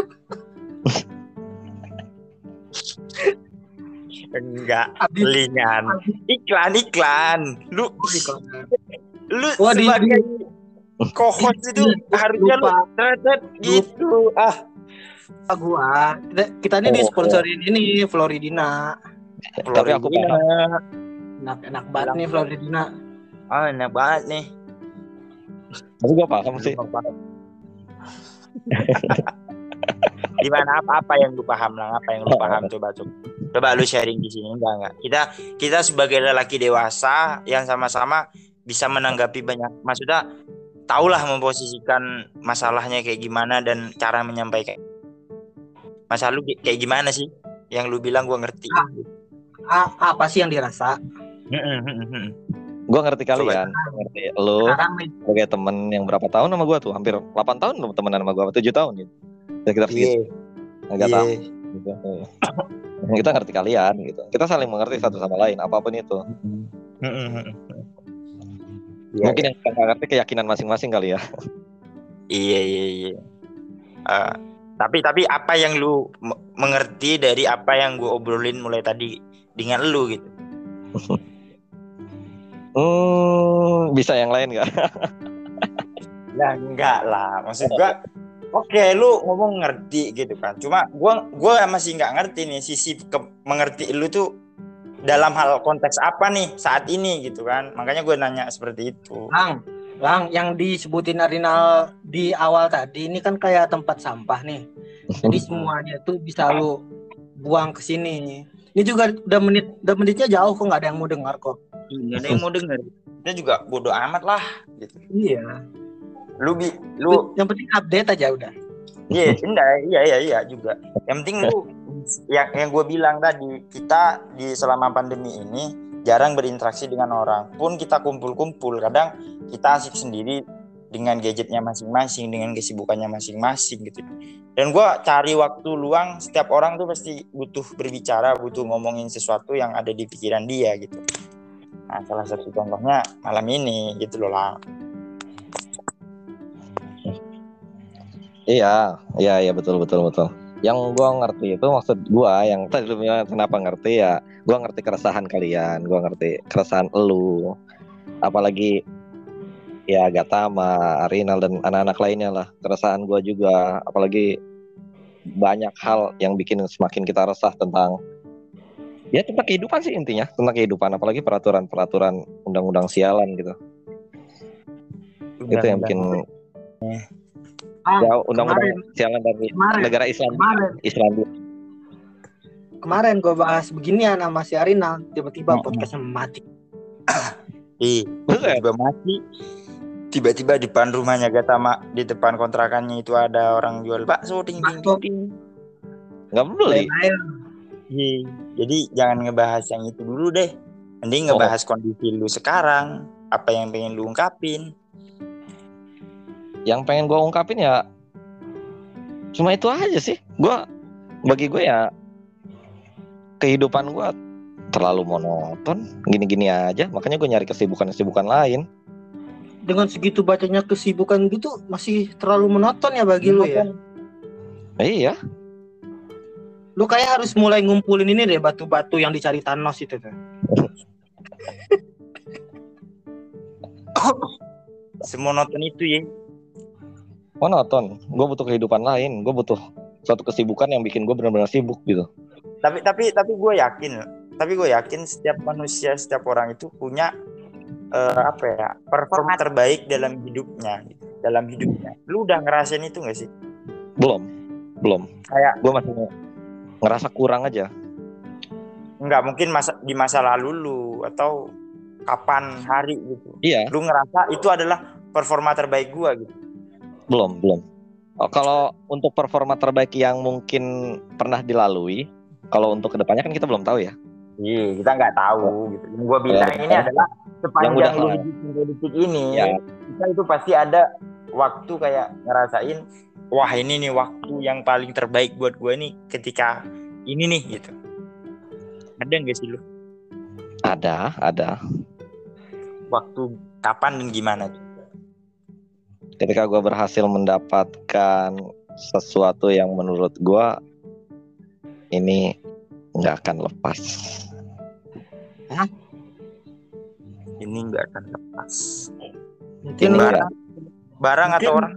Enggak, Abis- lingan. Iklan, iklan. Lu lu Wah, di- sebagai co-host itu Lupa. harusnya lu terdet gitu. Ah, gua kita, kita ini Oh, disponsorin ini Floridina. Tapi aku Floridina. Enak enak banget nih Floridina. Ah, enak banget nih. Tapi gue paham sih. Gimana apa-apa yang lu paham lah, apa yang lu paham coba coba. Coba lu sharing di sini enggak enggak. Kita kita sebagai lelaki dewasa yang sama-sama bisa menanggapi banyak, maksudnya tahulah memposisikan masalahnya kayak gimana dan cara menyampaikan. Masalah lu kayak gimana sih? Yang lu bilang gua ngerti. A- apa sih yang dirasa? Gue ngerti kalian, ngerti lo Sekarang nih, sebagai temen yang berapa tahun sama gue tuh, hampir delapan tahun lo temenan sama gue, tujuh tahun gitu. Dan kita Iya. nggak Iya. tahu. Gitu. Kita ngerti kalian gitu. Kita saling mengerti satu sama lain apapun itu. Iya. Mungkin yang kita nggak ngerti keyakinan masing-masing kali ya. Iya iya iya. Uh, tapi tapi apa yang lu m- mengerti dari apa yang gue obrolin mulai tadi dengan lu gitu? Hmm, bisa yang lain nggak? Ya enggak lah, maksud gue. Oke, lu ngomong ngerti gitu kan. Cuma gue gue masih nggak ngerti nih sisi ke- mengerti lu tuh dalam hal konteks apa nih saat ini gitu kan. Makanya gue nanya seperti itu. Bang, Lang, yang disebutin Arinal di awal tadi ini kan kayak tempat sampah nih. Jadi semuanya tuh bisa lu buang ke sini. Ini juga udah menit udah menitnya jauh kok, nggak ada yang mau dengar kok. Nggak ada yang mau denger. Kita juga bodo amat lah gitu. Iya. Lu bi lu Yang penting update aja udah. Iya, enggak, iya iya iya juga. Yang penting lu yang yang gue bilang tadi, kita di selama pandemi ini jarang berinteraksi dengan orang. Pun kita kumpul-kumpul, kadang kita asik sendiri dengan gadgetnya masing-masing, dengan kesibukannya masing-masing gitu. Dan gue cari waktu luang, setiap orang tuh pasti butuh berbicara, butuh ngomongin sesuatu yang ada di pikiran dia gitu. Nah, salah satu contohnya malam ini gitu loh lah. Iya, iya, iya betul, betul, betul. Yang gue ngerti itu maksud gue, yang tadi lu bilang kenapa ngerti ya, gue ngerti keresahan kalian, gue ngerti keresahan elu, apalagi ya Gatama, Arinal dan anak-anak lainnya lah, keresahan gue juga, apalagi banyak hal yang bikin semakin kita resah tentang ya tentang kehidupan sih intinya, tentang kehidupan, apalagi peraturan-peraturan undang-undang sialan gitu. Undang-undang. Itu yang bikin Ah, ya undang-undang sialan dari kemarin, negara Islam kemarin. Islandia. Kemarin gue bahas beginian sama si Arinal, tiba-tiba Hmm. podcastnya mati. Ih, tiba-tiba mati. Tiba-tiba di depan rumahnya Gatama, di depan kontrakannya itu ada orang jual bakso, ding ding ding ding. Nggak beli. Iya. Jadi jangan ngebahas yang itu dulu deh. Mending ngebahas oh. kondisi lu sekarang, apa yang pengen lu ungkapin. Yang pengen gue ungkapin ya cuma itu aja sih. Gue bagi gue ya kehidupan gue terlalu monoton, gini-gini aja. Makanya gue nyari kesibukan-kesibukan lain. Dengan segitu bacanya kesibukan gitu masih terlalu monoton ya bagi monoton. Lu ya? Eh, iya. Lu kayak harus mulai ngumpulin ini deh, batu-batu yang dicari Thanos itu tuh. Semonoton itu ya. Monoton. Gue butuh kehidupan lain. Gue butuh suatu kesibukan yang bikin gue benar-benar sibuk gitu. Tapi tapi tapi gue yakin, tapi gue yakin setiap manusia, setiap orang itu punya uh, apa ya, performa terbaik dalam hidupnya, dalam hidupnya. Lu udah ngerasain itu nggak sih? Belum, belum. Kayak gue masih ngerasa kurang aja. Enggak, mungkin masa di masa lalu lu atau kapan hari gitu. Iya. Lu ngerasa itu adalah performa terbaik gue gitu. Belum, belum. Oh, kalau untuk performa terbaik yang mungkin pernah dilalui, kalau untuk kedepannya kan kita belum tahu ya. Iya, kita nggak tahu gitu. Yang gue bilang ya, ini ya. adalah sepanjang lu hidup sampai detik ini, ya. Kita itu pasti ada waktu kayak ngerasain, wah ini nih waktu yang paling terbaik buat gue nih ketika ini nih gitu. Ada nggak sih lu? Ada, ada. Waktu kapan dan gimana tuh? Ketika gue berhasil mendapatkan sesuatu yang menurut gue ini nggak akan lepas. Hah? Ini nggak akan lepas. Mungkin barang, barang mungkin, atau orang?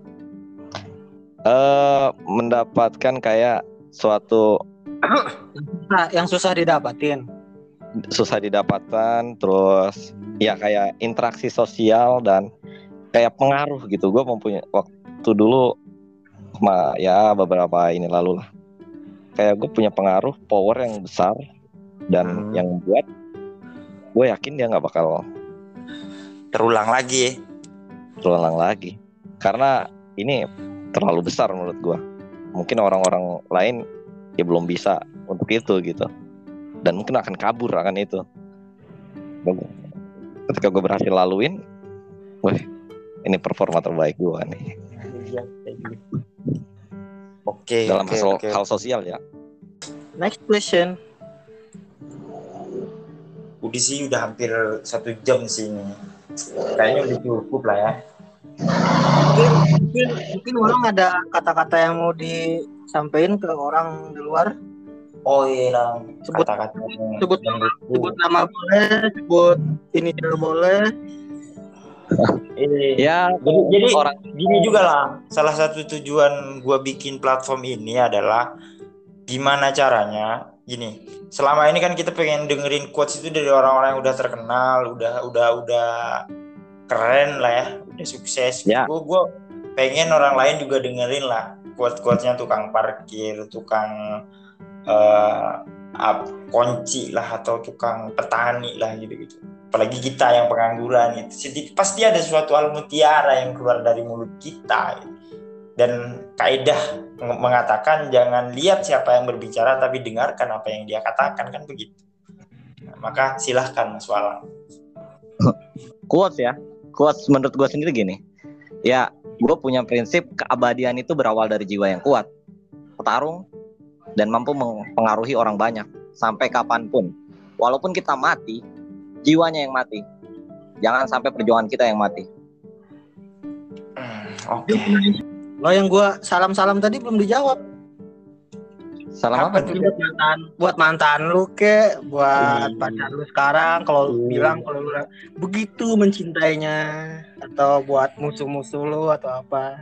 Uh, mendapatkan kayak suatu nah, yang susah didapatin. Susah didapatkan, terus ya kayak interaksi sosial dan kayak pengaruh gitu. Gue mempunyai waktu dulu ma, ya beberapa ini lalu lah, kayak gue punya pengaruh power yang besar dan hmm. yang buat gue yakin dia nggak bakal terulang lagi terulang lagi karena ini terlalu besar menurut gue. Mungkin orang-orang lain ya belum bisa untuk itu gitu, dan mungkin akan kabur akan itu. Ketika gue berhasil laluin, weh ini performa terbaik gue nih. Oke. Dalam okay, hal, okay. hal sosial ya. Next question. Udah sih udah hampir satu jam sih ini. Kayaknya udah cukup lah ya. Mungkin, mungkin, mungkin orang ada kata-kata yang mau disampaikan ke orang di luar. Oh iya, sebut kata-kata sebut nama, sebut nama boleh, sebut ini boleh. Eh, ya, jadi, jadi orang gini juga lah. Salah satu tujuan gue bikin platform ini adalah gimana caranya. Gini, selama ini kan kita pengen dengerin quotes itu dari orang-orang yang udah terkenal, udah udah udah keren lah ya, udah sukses. Ya. Gue gue pengen orang lain juga dengerin lah quote-quotesnya tukang parkir, tukang uh, up, kunci lah atau tukang petani lah gitu-gitu. Apalagi kita yang pengangguran gitu. Sedikit, pasti ada suatu hal mutiara yang keluar dari mulut kita. Gitu. Dan kaidah mengatakan jangan lihat siapa yang berbicara tapi dengarkan apa yang dia katakan, kan begitu. Nah, maka silahkan Mas Walang. Quotes ya, quotes menurut gue sendiri gini. Ya, gue punya prinsip keabadian itu berawal dari jiwa yang kuat, petarung, dan mampu mempengaruhi orang banyak sampai kapanpun. Walaupun kita mati, jiwanya yang mati. Jangan sampai perjuangan kita yang mati. Hmm, Oke. Okay. Lo yang gue salam-salam tadi belum dijawab. Salam apa? Buat mantan, buat mantan lu ke, buat hmm. pacar lu sekarang. Kalau lu hmm. bilang kalau lu begitu mencintainya, atau buat musuh-musuh lu atau apa?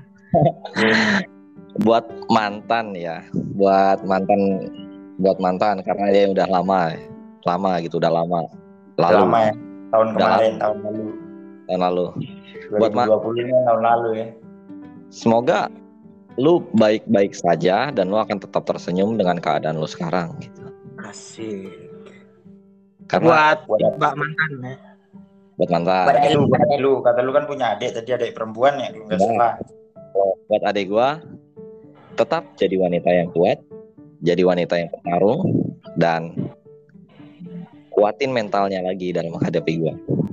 Buat mantan ya, buat mantan, buat mantan karena dia udah lama, lama gitu, udah lama. Lalu, lama ya, tahun kemarin, lama. tahun lalu. Tahun lalu. dua ribu dua puluh ma- tahun lalu ya. Semoga lu baik-baik saja dan lu akan tetap tersenyum dengan keadaan lu sekarang gitu. Asik. Karena buat buat Mbak mantan ya. Buat mantan. Buat lu, buat lu, kata lu kan punya adik, tadi adik perempuan ya, lu enggak salah. Buat adik gua, tetap jadi wanita yang kuat, jadi wanita yang petarung, dan kuatin mentalnya lagi dalam menghadapi gua.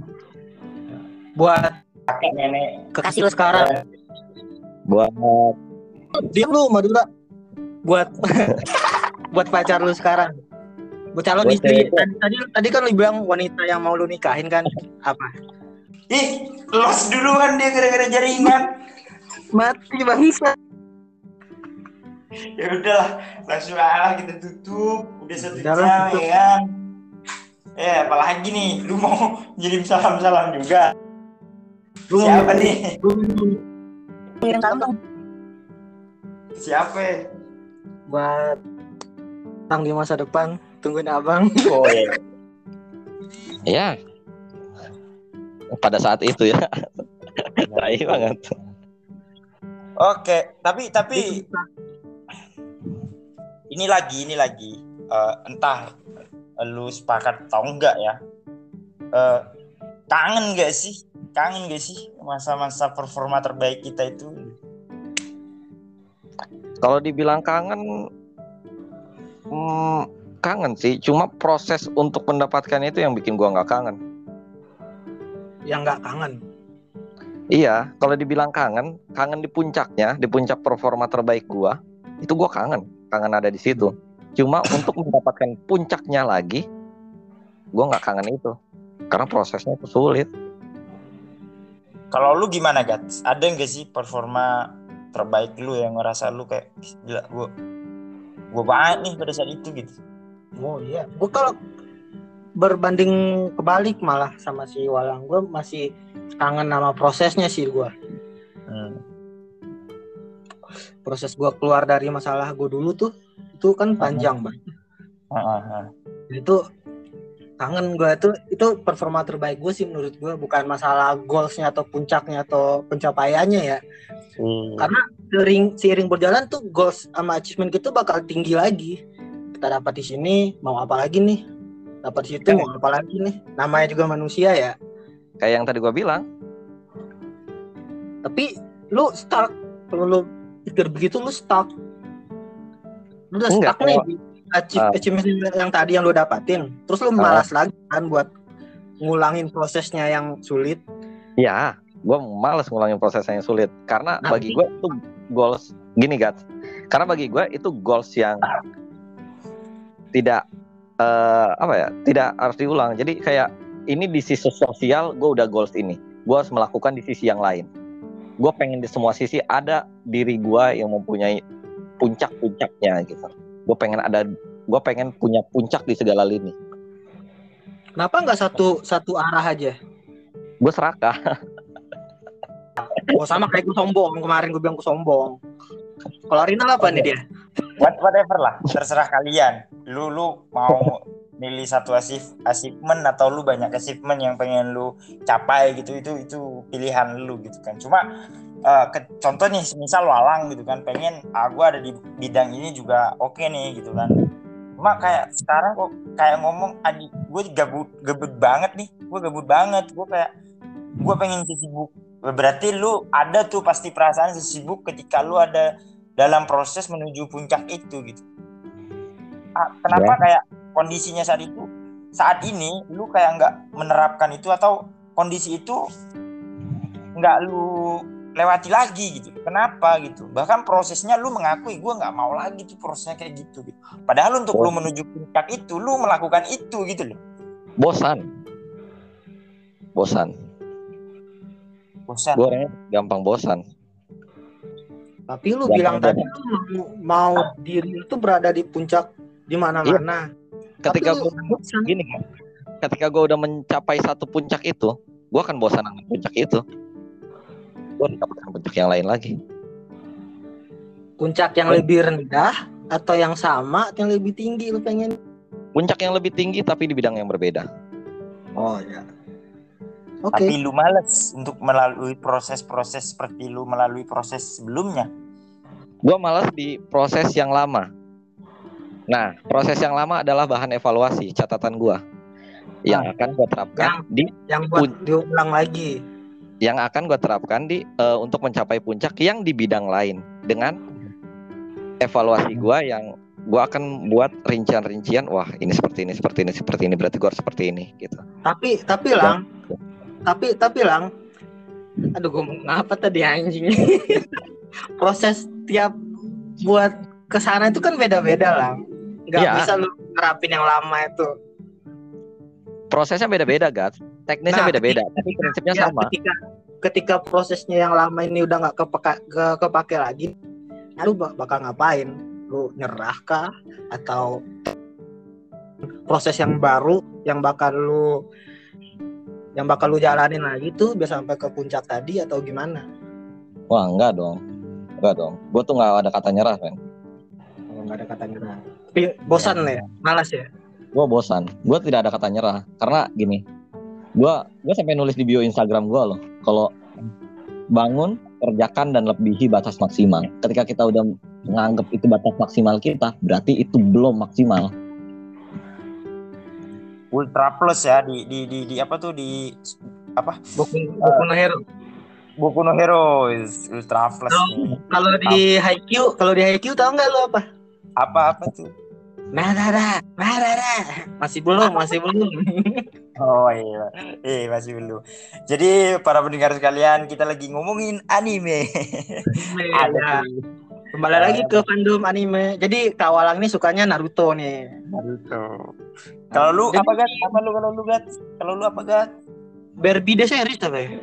Buat kakek nenek kekasih lu sekarang. Buat diam lu Madura. Buat buat pacar lu sekarang. Buat calon buat istri. itu. Tadi, tadi tadi kan lu bilang wanita yang mau lu nikahin kan apa? Ih, los dulu kan dia gara-gara jaringan. Mati bangsa. Ya udahlah, langsung aja kita tutup. Udah satu jam ya kan. Eh, apalagi nih, lu mau ngirim salam-salam juga? Lu siapa mau, nih? Ngirim salam dong. Siapa? Buat Bang di masa depan, tungguin abang. Oh iya. Ya. Pada saat itu ya. Baik banget. Oke, tapi tapi ini lagi ini lagi uh, entah lu sepakat atau enggak ya. Uh, kangen gak sih? Kangen gak sih masa-masa performa terbaik kita itu? Kalau dibilang kangen, hmm, kangen sih. Cuma proses untuk mendapatkan itu yang bikin gua nggak kangen. Yang nggak kangen? Iya, kalau dibilang kangen, kangen di puncaknya, di puncak performa terbaik gua, itu gua kangen, kangen ada di situ. Cuma untuk mendapatkan puncaknya lagi, gua nggak kangen itu, karena prosesnya itu sulit. Kalau lu gimana, Gats? Ada nggak sih performa terbaik lu yang ngerasa lu kayak gila, gua gua banget nih pada saat itu gitu? Oh iya, gua kalau berbanding kebalik malah sama si Walang, gua masih kangen sama prosesnya sih gue. Hmm. Proses gue keluar dari masalah gue dulu tuh, itu kan panjang banget. Uh-huh. Itu kangen gue tuh, itu performa terbaik gue sih menurut gue, bukan masalah goalsnya atau puncaknya atau pencapaiannya ya. Hmm. Karena seiring seiring berjalan tuh goals sama achievement kita bakal tinggi lagi. Kita dapat di sini, mau apa lagi nih? Dapat di situ, mau apa lagi nih? Namanya juga manusia ya. Kayak yang tadi gue bilang. Tapi lu stuck. Kalau lu pikir begitu lu stuck. Lu udah Enggak, stuck nih di achievement uh, yang tadi yang lu dapatin. Terus lu malas uh, lagi kan buat ngulangin prosesnya yang sulit. Iya, gue malas ngulangin prosesnya yang sulit. Karena Nanti. bagi gue itu goals. Gini Gats. Karena bagi gue itu goals yang uh. tidak uh, apa ya, tidak harus diulang. Jadi kayak ini di sisi sosial gue udah goals ini, gue harus melakukan di sisi yang lain. Gue pengen di semua sisi ada diri gue yang mempunyai puncak-puncaknya gitu. Gue pengen ada, gue pengen punya puncak di segala lini. Kenapa nggak satu satu arah aja? Gue serakah. Oh sama kayak gue sombong kemarin, gue bilang gue sombong. Kalau Rinal apa okay. nih dia? What, whatever lah, terserah kalian. Lu lu mau milih satu achieve, achievement atau lu banyak achievement yang pengen lu capai gitu, itu itu pilihan lu gitu kan. Cuma uh, ke, contoh nih misal Walang gitu kan, pengen ah gue ada di bidang ini juga oke okay nih gitu kan. Cuma kayak sekarang kok kayak ngomong adik gue gabut gabut banget nih, gue gabut banget, gue kayak gue pengen sibuk. Berarti lu ada tuh pasti perasaan sibuk ketika lu ada dalam proses menuju puncak itu gitu. Ah, kenapa yeah. kayak kondisinya saat itu saat ini lu kayak nggak menerapkan itu atau kondisi itu nggak lu lewati lagi gitu? Kenapa gitu? Bahkan prosesnya lu mengakui gue nggak mau lagi tuh prosesnya kayak gitu gitu. Padahal untuk oh. lu menuju puncak itu lu melakukan itu gitu loh. Bosan. Bosan. Bosan. Gue gampang bosan. Tapi lu gampang bilang bosan. Tadi lu mau diri itu berada di puncak di mana-mana. Iya. Ketika gue gini kan, ketika gue udah mencapai satu puncak itu, gue akan bosan dengan puncak itu. Gue mendapatkan puncak yang lain lagi. Puncak yang oh. lebih rendah atau yang sama atau yang lebih tinggi lu pengen? Puncak yang lebih tinggi tapi di bidang yang berbeda. Oh ya. Oke. Okay. Tapi lu malas untuk melalui proses-proses seperti lu melalui proses sebelumnya. Gue malas di proses yang lama. Nah, proses yang lama adalah bahan evaluasi catatan gua yang ah, akan gua terapkan yang, di yang buat pun- diulang lagi. Yang akan gua terapkan di uh, untuk mencapai puncak yang di bidang lain dengan evaluasi gua yang gua akan buat rincian-rincian. Wah, ini seperti ini, seperti ini, seperti ini. Berarti gua harus seperti ini, gitu. Tapi, tapi lang, ya. tapi, tapi lang. Aduh, gua ngapa tadi anjing? Proses tiap buat kesana itu kan beda-beda lang. Gak ya. Bisa lu nerapin yang lama itu. Prosesnya beda-beda, Gat. Teknisnya nah, beda-beda, ketika, tapi prinsipnya ya, sama. Ketika, ketika prosesnya yang lama ini udah nggak kepake, ke, kepake lagi, lu bakal ngapain? Lu nyerah kah? Atau proses yang baru yang bakal lu yang bakal lu jalanin lagi tuh biar sampai ke puncak tadi atau gimana? Wah, enggak dong. Enggak dong. Gue tuh nggak ada kata nyerah, kan. Nggak ada kata nyerah. Tapi bosan ya, malas ya. Gue bosan. Gue tidak ada kata nyerah karena gini. Gue gue sampai nulis di bio Instagram gue loh. Kalau bangun, kerjakan dan lebihi batas maksimal. Ketika kita udah menganggap itu batas maksimal kita, berarti itu belum maksimal. Ultra plus ya di di di, di apa tuh di apa? Boku Boku no Hero. Boku no Hero is ultra plus. Kalau di Haikyuu, kalau di Haikyuu tahu nggak lu apa? Apa-apa tuh? Madara, Madara. Masih belum, masih belum. Oh iya, eh masih belum. Jadi para pendengar sekalian, kita lagi ngomongin anime. Anime ya. Kembali lagi ke fandom anime. Jadi Kawalang ini sukanya Naruto nih. Naruto. Kalau lu apa Gat? Apa lu kalau lu Gat? Kalau lu apa Gat? Barbie the series tapi.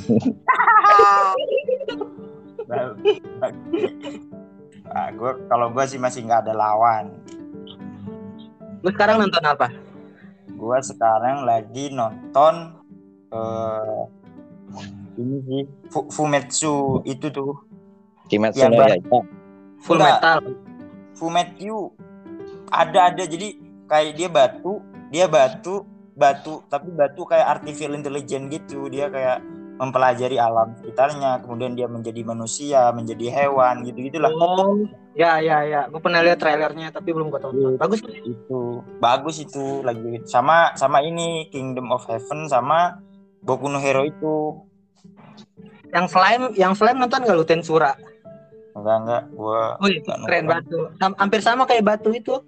Nah, gue kalau gue sih masih nggak ada lawan. Lu sekarang nonton apa? Gue sekarang lagi nonton uh, ini sih Fu- Fumetsu itu tuh. Kimetsu no Yaiba. Full Metal. Fumetsu ada ada jadi kayak dia batu, dia batu, batu tapi batu kayak artificial intelligence gitu. Dia kayak mempelajari alam sekitarnya, kemudian dia menjadi manusia, menjadi hewan, gitu-gitulah. Oh, ya ya ya, gue pernah lihat trailernya tapi belum gue tonton. Bagus itu, bagus itu lagi sama sama ini Kingdom of Heaven sama Boku no Hero itu. Yang Slime, yang Slime nonton nggak lu Tensura? Enggak enggak, gue. Oh, iya, keren batu, hampir sama kayak batu itu.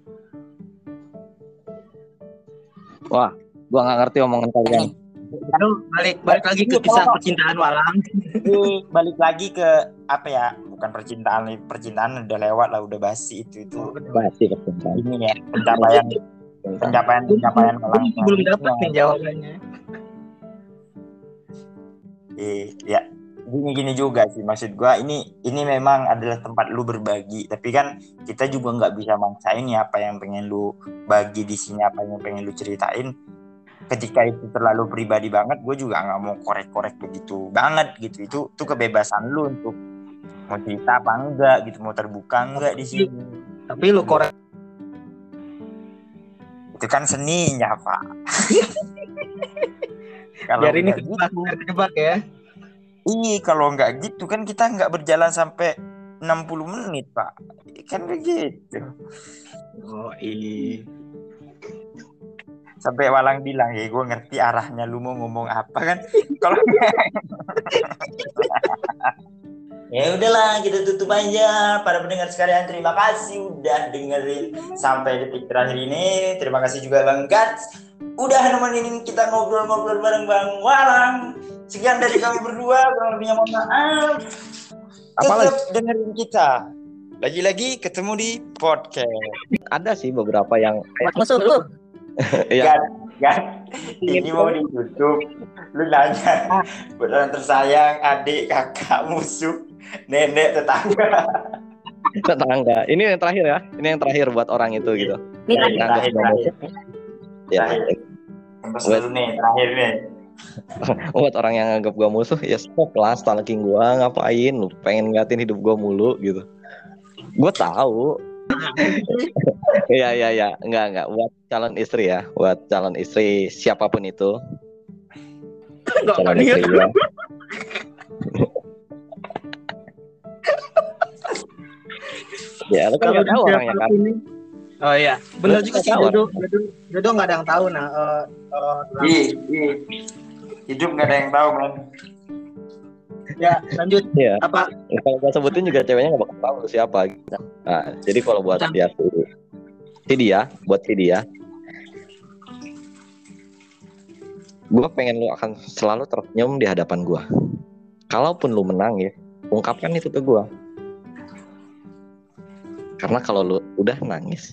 Wah, gue nggak ngerti omongan kalian. Lalu balik balik lagi ke kisah percintaan Walang. Balik lagi ke apa ya? Bukan percintaan, percintaan udah lewat lah, udah basi itu itu. Basi percintaan. Ini ya pencapaian pencapaian pencapaian Walang. Belum dapat nih jawabannya. Eh, ya gini-gini juga sih maksud gua, ini ini memang adalah tempat lu berbagi, tapi kan kita juga nggak bisa maksain ya apa yang pengen lu bagi di sini, apa yang pengen lu ceritain. Ketika itu terlalu pribadi banget, gue juga nggak mau korek-korek begitu banget gitu. Itu itu kebebasan lu untuk mau cerita apa enggak gitu, mau terbuka enggak di sini. Tapi lu korek Itu kan seninya, Pak. Kalau Biar ini nggak kejebak, gitu, biar kejebak ya. ih, kalau nggak gitu kan kita nggak berjalan sampai enam puluh menit, Pak. Kan begitu. Oh iya. Sampai Walang bilang, ya gue ngerti arahnya lu mau ngomong apa kan. Kalau ya udahlah, kita tutup aja. Para pendengar sekalian, terima kasih udah dengerin sampai detik terakhir ini. Terima kasih juga Bang Gats udah nemenin kita ngobrol-ngobrol bareng Bang Walang. Sekian dari kami berdua, kurang lebihnya mohon maaf. Tetap dengerin kita. Lagi-lagi ketemu di podcast. Ada sih beberapa yang Masuk lu. Iya. Gan, gan. Ini mau ditutup. Lu nanya, beneran tersayang, adik, kakak, musuh, nenek, tetangga. Tetangga. Ini yang terakhir ya. Ini yang terakhir buat orang itu gitu. Ini terakhir, terakhir, terakhir. Ya. Terakhir nih, terakhir nih. Buat orang yang anggap gua musuh, ya stop lah stalking gua, ngapain lu pengen ngeliatin hidup gua mulu gitu. Gua tahu. Iya iya iya, enggak enggak buat calon istri ya, buat calon istri siapapun itu. Calon istri gua. Ya, lu kan enggak tahu orangnya kan. Oh iya, benar juga sih. Dodo, Dodo, Dodo nggak ada yang tahu nah. Uh, uh, Ih, ih. Hidup nggak ada yang tahu, man. Ya, lanjut. Iya. Apa? Ya, kalau gua sebutin juga ceweknya nggak bakal tahu siapa. Nah, jadi kalau buat dia si dia, buat si dia, gua pengen lu akan selalu tersenyum di hadapan gua. Kalaupun lu menang ya, ungkapkan itu ke gua. Karena kalau lu udah nangis,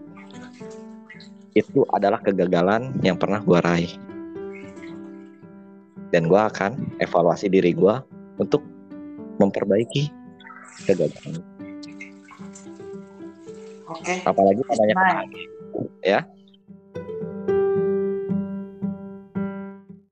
itu adalah kegagalan yang pernah gue raih. Dan gue akan evaluasi diri gue untuk memperbaiki kegagalan. Oke. Apalagi namanya, ya.